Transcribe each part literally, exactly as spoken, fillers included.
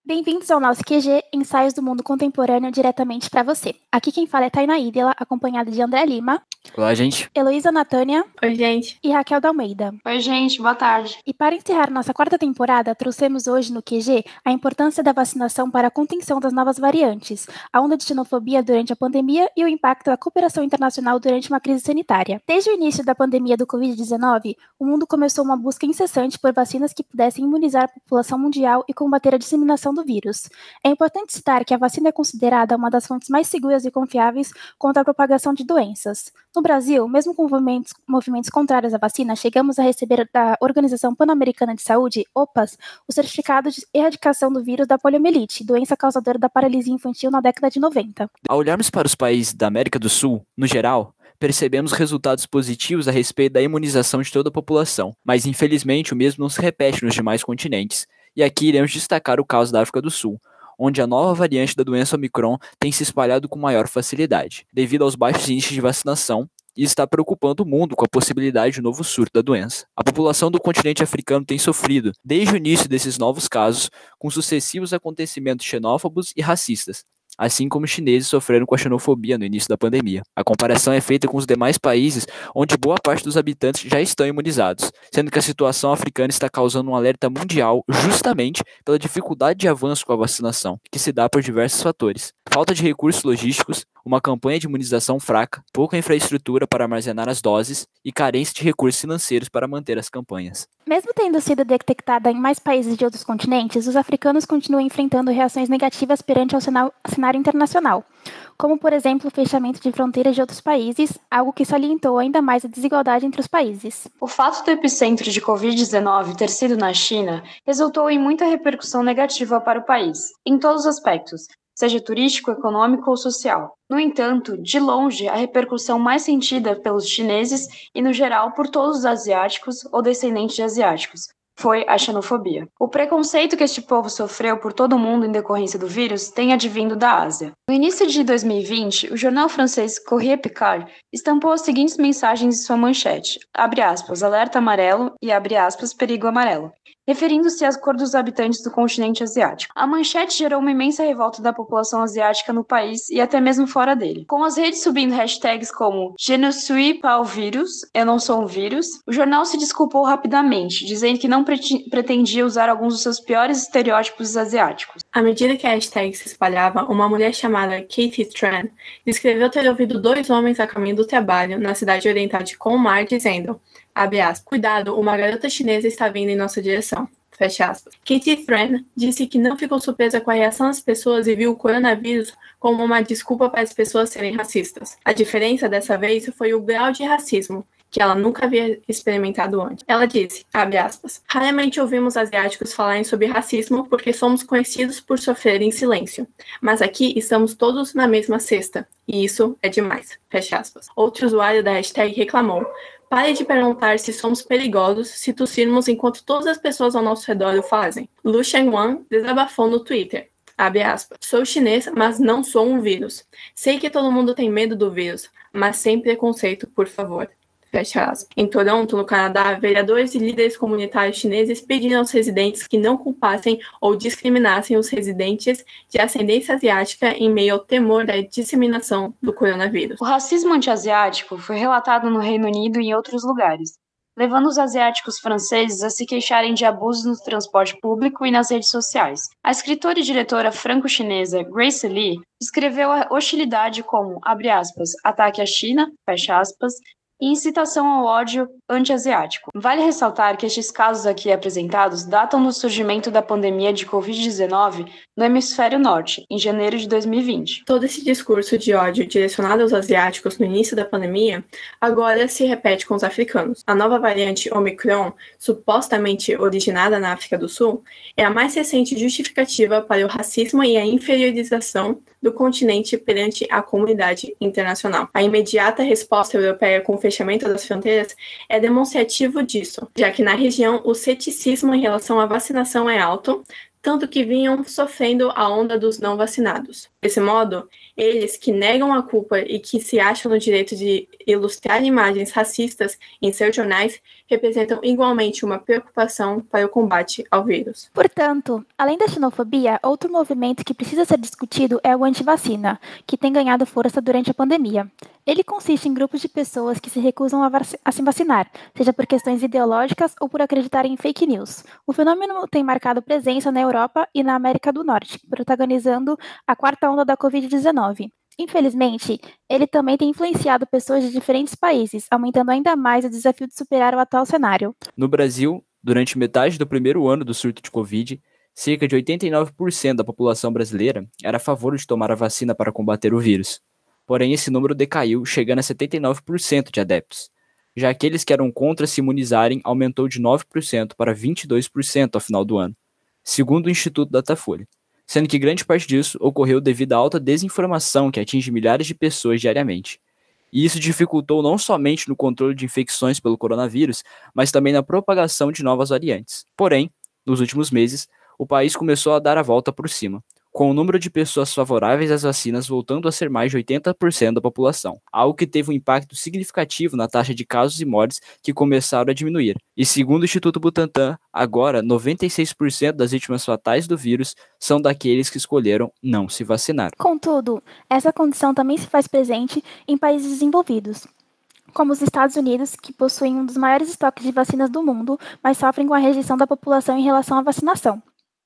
Bem-vindos ao nosso Q G, Ensaios do Mundo Contemporâneo, diretamente para você. Aqui quem fala é Tainá Ídela, acompanhada de André Lima. Olá, gente. Heloísa Natânia. Oi, gente. E Raquel Dalmeida. Oi, gente. Boa tarde. E para encerrar nossa quarta temporada, trouxemos hoje no Q G a importância da vacinação para a contenção das novas variantes, a onda de xenofobia durante a pandemia e o impacto da cooperação internacional durante uma crise sanitária. Desde o início da pandemia do covid dezenove, o mundo começou uma busca incessante por vacinas que pudessem imunizar a população mundial e combater a disseminação do vírus. É importante citar que a vacina é considerada uma das fontes mais seguras e confiáveis contra a propagação de doenças. No Brasil, mesmo com movimentos, movimentos contrários à vacina, chegamos a receber da Organização Pan-Americana de Saúde, OPAS, o certificado de erradicação do vírus da poliomielite, doença causadora da paralisia infantil na década de noventa. Ao olharmos para os países da América do Sul, no geral, percebemos resultados positivos a respeito da imunização de toda a população, mas infelizmente o mesmo não se repete nos demais continentes. E aqui iremos destacar o caso da África do Sul, onde a nova variante da doença Omicron tem se espalhado com maior facilidade, devido aos baixos índices de vacinação, e está preocupando o mundo com a possibilidade de um novo surto da doença. A população do continente africano tem sofrido, desde o início desses novos casos, com sucessivos acontecimentos xenófobos e racistas, assim como os chineses sofreram com a xenofobia no início da pandemia. A comparação é feita com os demais países, onde boa parte dos habitantes já estão imunizados, sendo que a situação africana está causando um alerta mundial justamente pela dificuldade de avanço com a vacinação, que se dá por diversos fatores. Falta de recursos logísticos, uma campanha de imunização fraca, pouca infraestrutura para armazenar as doses e carência de recursos financeiros para manter as campanhas. Mesmo tendo sido detectada em mais países de outros continentes, os africanos continuam enfrentando reações negativas perante o cenário internacional, como, por exemplo, o fechamento de fronteiras de outros países, algo que salientou ainda mais a desigualdade entre os países. O fato do epicentro de covid dezenove ter sido na China resultou em muita repercussão negativa para o país, em todos os aspectos, seja turístico, econômico ou social. No entanto, de longe, a repercussão mais sentida pelos chineses e, no geral, por todos os asiáticos ou descendentes de asiáticos foi a xenofobia. O preconceito que este povo sofreu por todo o mundo em decorrência do vírus tem advindo da Ásia. No início de dois mil e vinte, o jornal francês Courrier Picard estampou as seguintes mensagens em sua manchete, abre aspas, alerta amarelo e abre aspas, perigo amarelo, referindo-se à cor dos habitantes do continente asiático. A manchete gerou uma imensa revolta da população asiática no país e até mesmo fora dele. Com as redes subindo hashtags como Je ne suis pas o vírus, eu não sou um vírus, o jornal se desculpou rapidamente, dizendo que não pretendia usar alguns dos seus piores estereótipos asiáticos. À medida que a hashtag se espalhava, uma mulher chamada Katie Tran descreveu ter ouvido dois homens a caminho do trabalho na cidade oriental de Colmar dizendo, abre aspas, cuidado, uma garota chinesa está vindo em nossa direção. Fecha aspas. Katie Tran disse que não ficou surpresa com a reação das pessoas e viu o coronavírus como uma desculpa para as pessoas serem racistas. A diferença dessa vez foi o grau de racismo, que ela nunca havia experimentado antes. Ela disse, abre aspas, raramente ouvimos asiáticos falarem sobre racismo porque somos conhecidos por sofrer em silêncio. Mas aqui estamos todos na mesma cesta, e isso é demais. Fecha aspas. Outro usuário da hashtag reclamou, pare de perguntar se somos perigosos se tossirmos enquanto todas as pessoas ao nosso redor o fazem. Lu Shengwan desabafou no Twitter. Abre aspas. Sou chinês, mas não sou um vírus. Sei que todo mundo tem medo do vírus, mas sem preconceito, por favor. Fecha aspas. Em Toronto, no Canadá, vereadores e líderes comunitários chineses pediram aos residentes que não culpassem ou discriminassem os residentes de ascendência asiática em meio ao temor da disseminação do coronavírus. O racismo anti-asiático foi relatado no Reino Unido e em outros lugares, levando os asiáticos franceses a se queixarem de abusos no transporte público e nas redes sociais. A escritora e diretora franco-chinesa Grace Lee descreveu a hostilidade como, abre aspas, ataque à China, fecha aspas, e incitação ao ódio anti-asiático. Vale ressaltar que estes casos aqui apresentados datam do surgimento da pandemia de covid dezenove no hemisfério norte, em janeiro de dois mil e vinte. Todo esse discurso de ódio direcionado aos asiáticos no início da pandemia agora se repete com os africanos. A nova variante Omicron, supostamente originada na África do Sul, é a mais recente justificativa para o racismo e a inferiorização do continente perante a comunidade internacional. A imediata resposta europeia com o fechamento das fronteiras é demonstrativo disso, já que na região o ceticismo em relação à vacinação é alto, tanto que vinham sofrendo a onda dos não vacinados. Desse modo, eles que negam a culpa e que se acham no direito de ilustrar imagens racistas em seus jornais representam igualmente uma preocupação para o combate ao vírus. Portanto, além da xenofobia, outro movimento que precisa ser discutido é o antivacina, que tem ganhado força durante a pandemia. Ele consiste em grupos de pessoas que se recusam a, vac- a se vacinar, seja por questões ideológicas ou por acreditarem em fake news. O fenômeno tem marcado presença na Europa e na América do Norte, protagonizando a quarta onda da covid dezenove. Infelizmente, ele também tem influenciado pessoas de diferentes países, aumentando ainda mais o desafio de superar o atual cenário. No Brasil, durante metade do primeiro ano do surto de Covid, cerca de oitenta e nove por cento da população brasileira era a favor de tomar a vacina para combater o vírus. Porém, esse número decaiu, chegando a setenta e nove por cento de adeptos. Já aqueles que eram contra se imunizarem aumentou de nove por cento para vinte e dois por cento ao final do ano, segundo o Instituto Datafolha, sendo que grande parte disso ocorreu devido à alta desinformação que atinge milhares de pessoas diariamente. E isso dificultou não somente no controle de infecções pelo coronavírus, mas também na propagação de novas variantes. Porém, nos últimos meses, o país começou a dar a volta por cima, com o número de pessoas favoráveis às vacinas voltando a ser mais de oitenta por cento da população, algo que teve um impacto significativo na taxa de casos e mortes que começaram a diminuir. E segundo o Instituto Butantan, agora noventa e seis por cento das vítimas fatais do vírus são daqueles que escolheram não se vacinar. Contudo, essa condição também se faz presente em países desenvolvidos, como os Estados Unidos, que possuem um dos maiores estoques de vacinas do mundo, mas sofrem com a rejeição da população em relação à vacinação.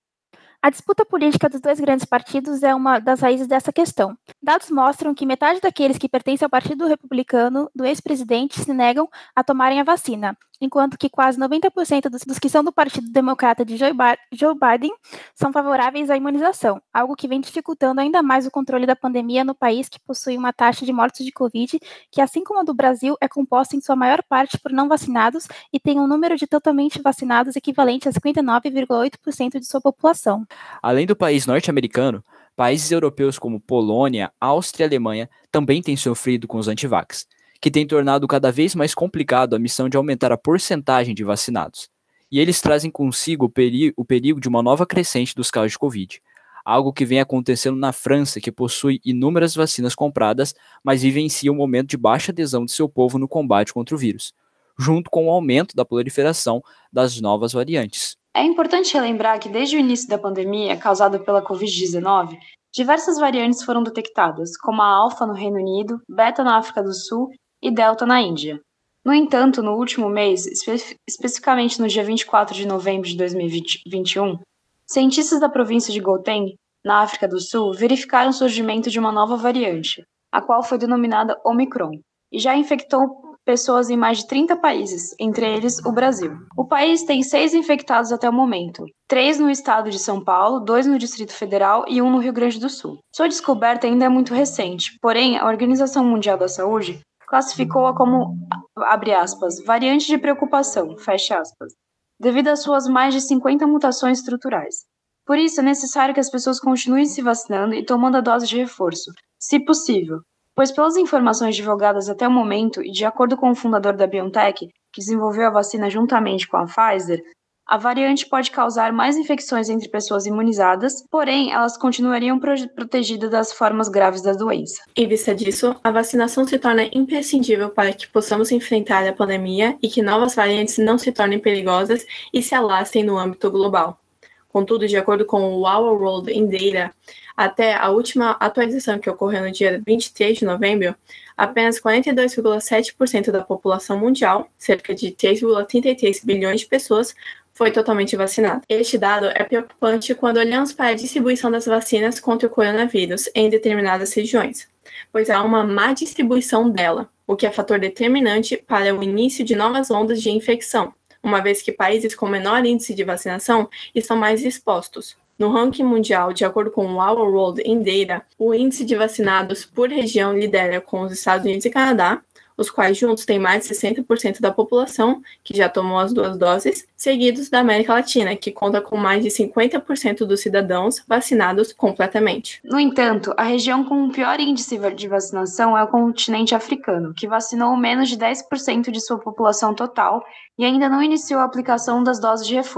A disputa política dos dois grandes partidos é uma das raízes dessa questão. Dados mostram que metade daqueles que pertencem ao Partido Republicano do ex-presidente se negam a tomarem a vacina, enquanto que quase noventa por cento dos, dos que são do Partido Democrata de Joe, Bi- Joe Biden são favoráveis à imunização, algo que vem dificultando ainda mais o controle da pandemia no país que possui uma taxa de mortes de Covid que, assim como a do Brasil, é composta em sua maior parte por não vacinados e tem um número de totalmente vacinados equivalente a cinquenta e nove vírgula oito por cento de sua população. Além do país norte-americano, países europeus como Polônia, Áustria e Alemanha também têm sofrido com os antivax, que tem tornado cada vez mais complicado a missão de aumentar a porcentagem de vacinados. E eles trazem consigo o, peri- o perigo de uma nova crescente dos casos de Covid, algo que vem acontecendo na França, que possui inúmeras vacinas compradas, mas vivencia um momento de baixa adesão de seu povo no combate contra o vírus, junto com o aumento da proliferação das novas variantes. É importante relembrar que desde o início da pandemia causada pela covid dezenove, diversas variantes foram detectadas, como a Alfa no Reino Unido, Beta na África do Sul e Delta na Índia. No entanto, no último mês, espe- especificamente no dia vinte e quatro de novembro de dois mil e vinte e um, cientistas da província de Gauteng, na África do Sul, verificaram o surgimento de uma nova variante, a qual foi denominada Omicron, e já infectou pessoas em mais de trinta países, entre eles o Brasil. O país tem seis infectados até o momento, três no estado de São Paulo, dois no Distrito Federal e um no Rio Grande do Sul. Sua descoberta ainda é muito recente, porém a Organização Mundial da Saúde classificou-a como, abre aspas, variante de preocupação, fecha aspas, devido às suas mais de cinquenta mutações estruturais. Por isso, é necessário que as pessoas continuem se vacinando e tomando a dose de reforço, se possível, pois pelas informações divulgadas até o momento e de acordo com o fundador da BioNTech, que desenvolveu a vacina juntamente com a Pfizer, a variante pode causar mais infecções entre pessoas imunizadas, porém elas continuariam pro- protegidas das formas graves da doença. Em vista disso, a vacinação se torna imprescindível para que possamos enfrentar a pandemia e que novas variantes não se tornem perigosas e se alastrem no âmbito global. Contudo, de acordo com o Our World in Data, até a última atualização que ocorreu no dia vinte e três de novembro, apenas quarenta e dois vírgula sete por cento da população mundial, cerca de três vírgula trinta e três bilhões de pessoas, foi totalmente vacinada. Este dado é preocupante quando olhamos para a distribuição das vacinas contra o coronavírus em determinadas regiões, pois há uma má distribuição dela, o que é fator determinante para o início de novas ondas de infecção, uma vez que países com menor índice de vacinação estão mais expostos. No ranking mundial, de acordo com o Our World in Data, o índice de vacinados por região lidera com os Estados Unidos e Canadá, os quais juntos têm mais de sessenta por cento da população, que já tomou as duas doses, seguidos da América Latina, que conta com mais de cinquenta por cento dos cidadãos vacinados completamente. No entanto, a região com o pior índice de vacinação é o continente africano, que vacinou menos de dez por cento de sua população total e ainda não iniciou a aplicação das doses de reforço.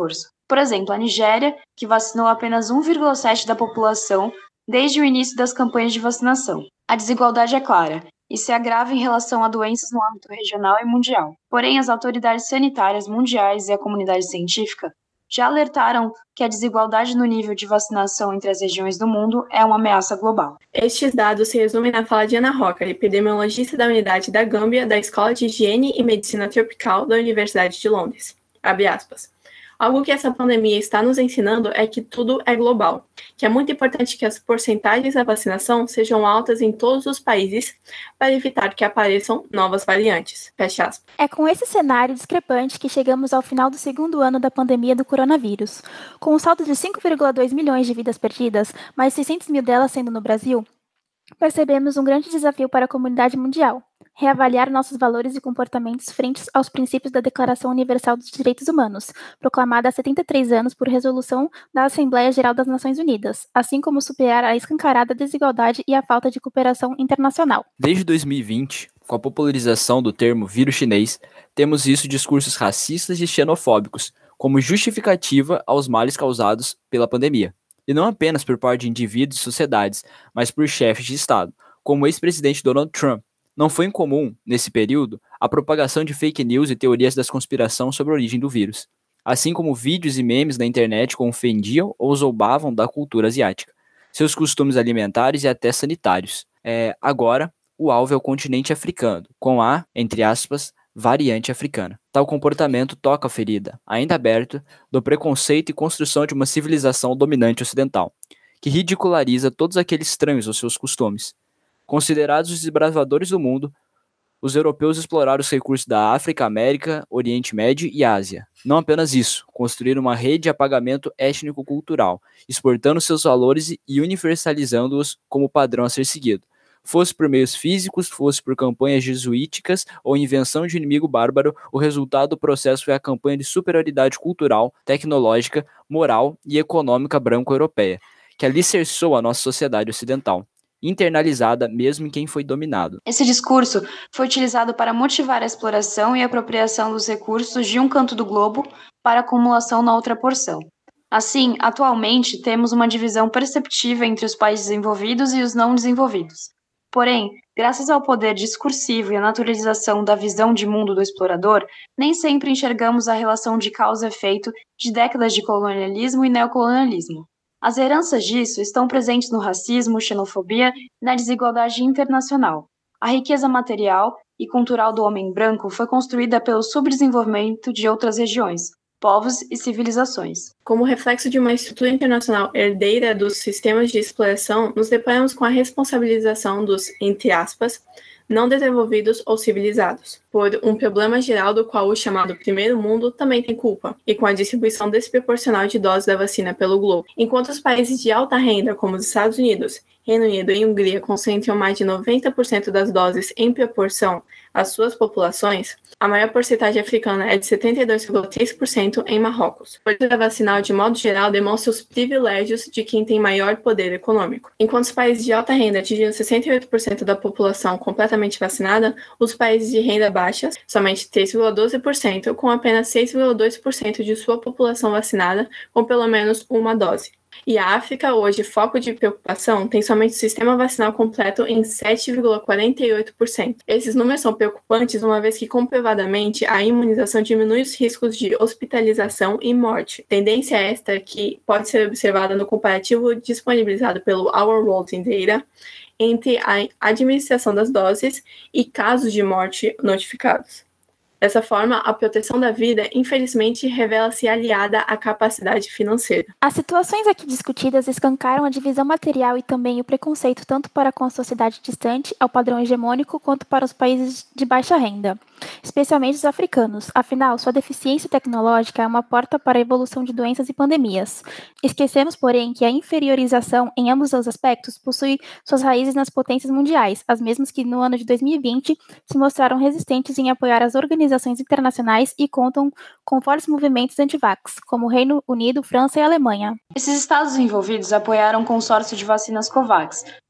Por exemplo, a Nigéria, que vacinou apenas um vírgula sete por cento da população desde o início das campanhas de vacinação. A desigualdade é clara e se agrava em relação a doenças no âmbito regional e mundial. Porém, as autoridades sanitárias mundiais e a comunidade científica já alertaram que a desigualdade no nível de vacinação entre as regiões do mundo é uma ameaça global. Estes dados se resumem na fala de Ana Roca, epidemiologista da unidade da Gâmbia da Escola de Higiene e Medicina Tropical da Universidade de Londres. Abre aspas. Algo que essa pandemia está nos ensinando é que tudo é global, que é muito importante que as porcentagens da vacinação sejam altas em todos os países para evitar que apareçam novas variantes. Fecha aspas. É com esse cenário discrepante que chegamos ao final do segundo ano da pandemia do coronavírus. Com um saldo de cinco vírgula dois milhões de vidas perdidas, mais seiscentos mil delas sendo no Brasil, percebemos um grande desafio para a comunidade mundial: reavaliar nossos valores e comportamentos frente aos princípios da Declaração Universal dos Direitos Humanos, proclamada há setenta e três anos por resolução da Assembleia Geral das Nações Unidas, assim como superar a escancarada desigualdade e a falta de cooperação internacional. Desde dois mil e vinte, com a popularização do termo vírus chinês, temos visto discursos racistas e xenofóbicos como justificativa aos males causados pela pandemia. E não apenas por parte de indivíduos e sociedades, mas por chefes de Estado, como o ex-presidente Donald Trump. Não foi incomum, nesse período, a propagação de fake news e teorias da conspiração sobre a origem do vírus, assim como vídeos e memes na internet que ofendiam ou zombavam da cultura asiática, seus costumes alimentares e até sanitários. É, agora, o alvo é o continente africano, com a, entre aspas, variante africana. Tal comportamento toca a ferida, ainda aberta, do preconceito e construção de uma civilização dominante ocidental, que ridiculariza todos aqueles estranhos aos seus costumes. Considerados os desbravadores do mundo, os europeus exploraram os recursos da África, América, Oriente Médio e Ásia. Não apenas isso, construíram uma rede de apagamento étnico-cultural, exportando seus valores e universalizando-os como padrão a ser seguido. Fosse por meios físicos, fosse por campanhas jesuíticas ou invenção de inimigo bárbaro, o resultado do processo foi a campanha de superioridade cultural, tecnológica, moral e econômica branco-europeia, que alicerçou a nossa sociedade ocidental, internalizada mesmo em quem foi dominado. Esse discurso foi utilizado para motivar a exploração e apropriação dos recursos de um canto do globo para acumulação na outra porção. Assim, atualmente, temos uma divisão perceptível entre os países desenvolvidos e os não desenvolvidos. Porém, graças ao poder discursivo e à naturalização da visão de mundo do explorador, nem sempre enxergamos a relação de causa e efeito de décadas de colonialismo e neocolonialismo. As heranças disso estão presentes no racismo, xenofobia e na desigualdade internacional. A riqueza material e cultural do homem branco foi construída pelo subdesenvolvimento de outras regiões, povos e civilizações. Como reflexo de uma estrutura internacional herdeira dos sistemas de exploração, nos deparamos com a responsabilização dos, entre aspas, não desenvolvidos ou civilizados, por um problema geral do qual o chamado primeiro mundo também tem culpa, e com a distribuição desproporcional de doses da vacina pelo globo. Enquanto os países de alta renda, como os Estados Unidos, Reino Unido e Hungria concentram mais de noventa por cento das doses em proporção às suas populações, a maior porcentagem africana é de setenta e dois vírgula três por cento em Marrocos. A política vacinal, de modo geral, demonstra os privilégios de quem tem maior poder econômico. Enquanto os países de alta renda atingiram sessenta e oito por cento da população completamente vacinada, os países de renda baixa, somente três vírgula doze por cento, com apenas seis vírgula dois por cento de sua população vacinada com pelo menos uma dose. E a África, hoje foco de preocupação, tem somente o sistema vacinal completo em sete vírgula quarenta e oito por cento. Esses números são preocupantes, uma vez que comprovadamente a imunização diminui os riscos de hospitalização e morte. Tendência esta que pode ser observada no comparativo disponibilizado pelo Our World in Data entre a administração das doses e casos de morte notificados. Dessa forma, a proteção da vida, infelizmente, revela-se aliada à capacidade financeira. As situações aqui discutidas escancaram a divisão material e também o preconceito tanto para com a sociedade distante ao padrão hegemônico quanto para os países de baixa renda, especialmente os africanos. Afinal, sua deficiência tecnológica é uma porta para a evolução de doenças e pandemias. Esquecemos, porém, que a inferiorização em ambos os aspectos possui suas raízes nas potências mundiais, as mesmas que no ano de dois mil e vinte se mostraram resistentes em apoiar as organizações internacionais e contam com fortes movimentos anti-vax, como o Reino Unido, França e Alemanha. Esses estados envolvidos apoiaram o consórcio de vacinas COVAX,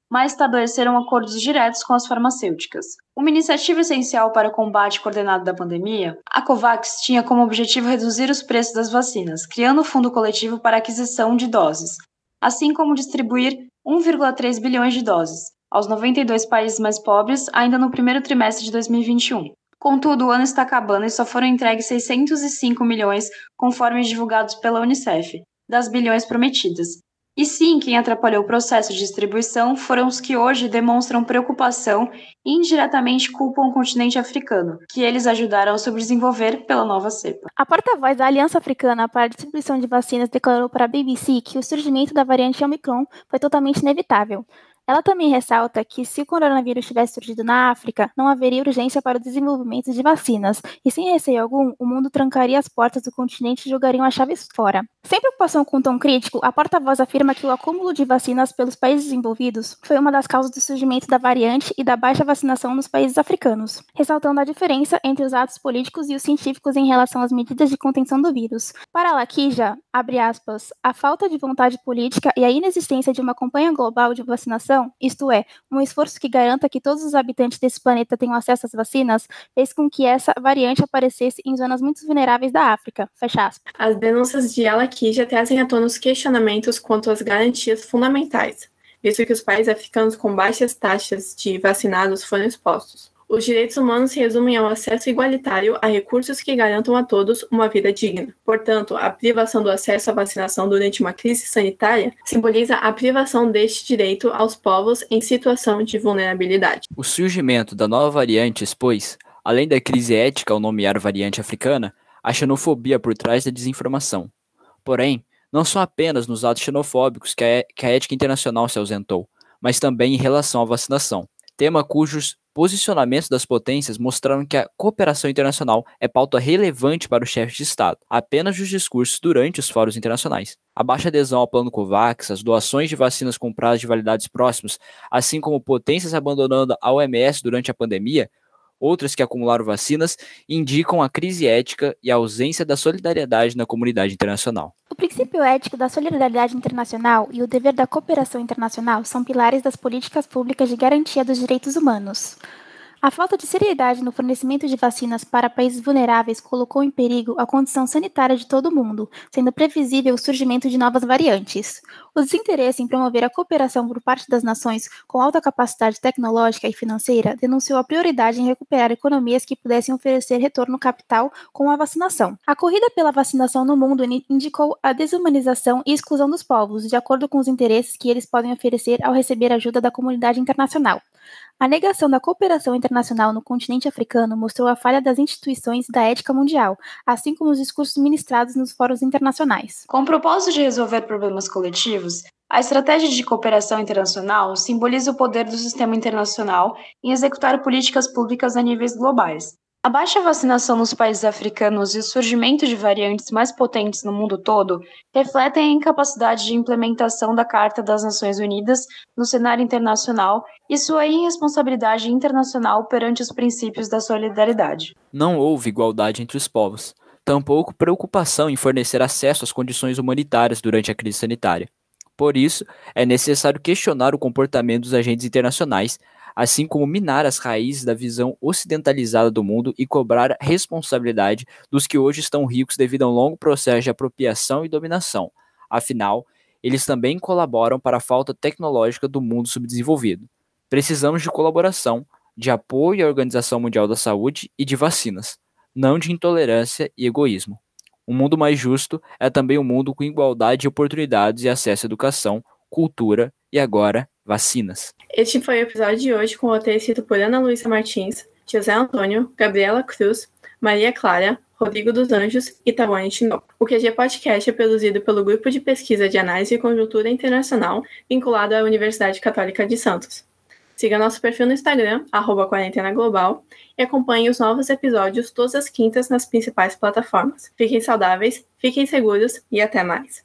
mas estabeleceram acordos diretos com as farmacêuticas. Uma iniciativa essencial para o combate coordenado da pandemia, a COVAX tinha como objetivo reduzir os preços das vacinas, criando um fundo coletivo para aquisição de doses, assim como distribuir um vírgula três bilhões de doses aos noventa e dois países mais pobres ainda no primeiro trimestre de dois mil e vinte e um. Contudo, o ano está acabando e só foram entregues seiscentos e cinco milhões, conforme divulgados pela Unicef, das bilhões prometidas. E sim, quem atrapalhou o processo de distribuição foram os que hoje demonstram preocupação e indiretamente culpam o continente africano, que eles ajudaram a subdesenvolver pela nova cepa. A porta-voz da Aliança Africana para a Distribuição de Vacinas declarou para a B B C que o surgimento da variante Omicron foi totalmente inevitável. Ela também ressalta que, se o coronavírus tivesse surgido na África, não haveria urgência para o desenvolvimento de vacinas, e sem receio algum, o mundo trancaria as portas do continente e jogariam as chaves fora. Sem preocupação com um tom crítico, a porta-voz afirma que o acúmulo de vacinas pelos países desenvolvidos foi uma das causas do surgimento da variante e da baixa vacinação nos países africanos, ressaltando a diferença entre os atos políticos e os científicos em relação às medidas de contenção do vírus. Para Lakija, abre aspas, a falta de vontade política e a inexistência de uma campanha global de vacinação, isto é, um esforço que garanta que todos os habitantes desse planeta tenham acesso às vacinas, fez com que essa variante aparecesse em zonas muito vulneráveis da África. Fecha aspas. As denúncias de Al-Akija trazem à tona os questionamentos quanto às garantias fundamentais, visto que os países africanos com baixas taxas de vacinados foram expostos. Os direitos humanos se resumem ao acesso igualitário a recursos que garantam a todos uma vida digna. Portanto, a privação do acesso à vacinação durante uma crise sanitária simboliza a privação deste direito aos povos em situação de vulnerabilidade. O surgimento da nova variante expôs, além da crise ética ao nomear variante africana, a xenofobia por trás da desinformação. Porém, não são apenas nos atos xenofóbicos que a, que a ética internacional se ausentou, mas também em relação à vacinação, tema cujos posicionamentos das potências mostraram que a cooperação internacional é pauta relevante para os chefes de Estado, apenas nos discursos durante os fóruns internacionais. A baixa adesão ao plano COVAX, as doações de vacinas com prazos de validades próximos, assim como potências abandonando a O M S durante a pandemia, outras que acumularam vacinas, indicam a crise ética e a ausência da solidariedade na comunidade internacional. O princípio ético da solidariedade internacional e o dever da cooperação internacional são pilares das políticas públicas de garantia dos direitos humanos. A falta de seriedade no fornecimento de vacinas para países vulneráveis colocou em perigo a condição sanitária de todo o mundo, sendo previsível o surgimento de novas variantes. O desinteresse em promover a cooperação por parte das nações com alta capacidade tecnológica e financeira denunciou a prioridade em recuperar economias que pudessem oferecer retorno capital com a vacinação. A corrida pela vacinação no mundo indicou a desumanização e exclusão dos povos, de acordo com os interesses que eles podem oferecer ao receber ajuda da comunidade internacional. A negação da cooperação internacional no continente africano mostrou a falha das instituições da ética mundial, assim como os discursos ministrados nos fóruns internacionais. Com o propósito de resolver problemas coletivos, a estratégia de cooperação internacional simboliza o poder do sistema internacional em executar políticas públicas a níveis globais. A baixa vacinação nos países africanos e o surgimento de variantes mais potentes no mundo todo refletem a incapacidade de implementação da Carta das Nações Unidas no cenário internacional e sua irresponsabilidade internacional perante os princípios da solidariedade. Não houve igualdade entre os povos, tampouco preocupação em fornecer acesso às condições humanitárias durante a crise sanitária. Por isso, é necessário questionar o comportamento dos agentes internacionais, assim como minar as raízes da visão ocidentalizada do mundo e cobrar a responsabilidade dos que hoje estão ricos devido a um longo processo de apropriação e dominação. Afinal, eles também colaboram para a falta tecnológica do mundo subdesenvolvido. Precisamos de colaboração, de apoio à Organização Mundial da Saúde e de vacinas, não de intolerância e egoísmo. Um mundo mais justo é também um mundo com igualdade de oportunidades e acesso à educação, cultura e agora, vacinas. Este foi o episódio de hoje com o roteiro escrito por Ana Luísa Martins, José Antônio, Gabriela Cruz, Maria Clara, Rodrigo dos Anjos e Tawane Tinoco. O Q G Podcast é produzido pelo Grupo de Pesquisa de Análise e Conjuntura Internacional, vinculado à Universidade Católica de Santos. Siga nosso perfil no Instagram, arroba Quarentena Global, e acompanhe os novos episódios todas as quintas nas principais plataformas. Fiquem saudáveis, fiquem seguros e até mais.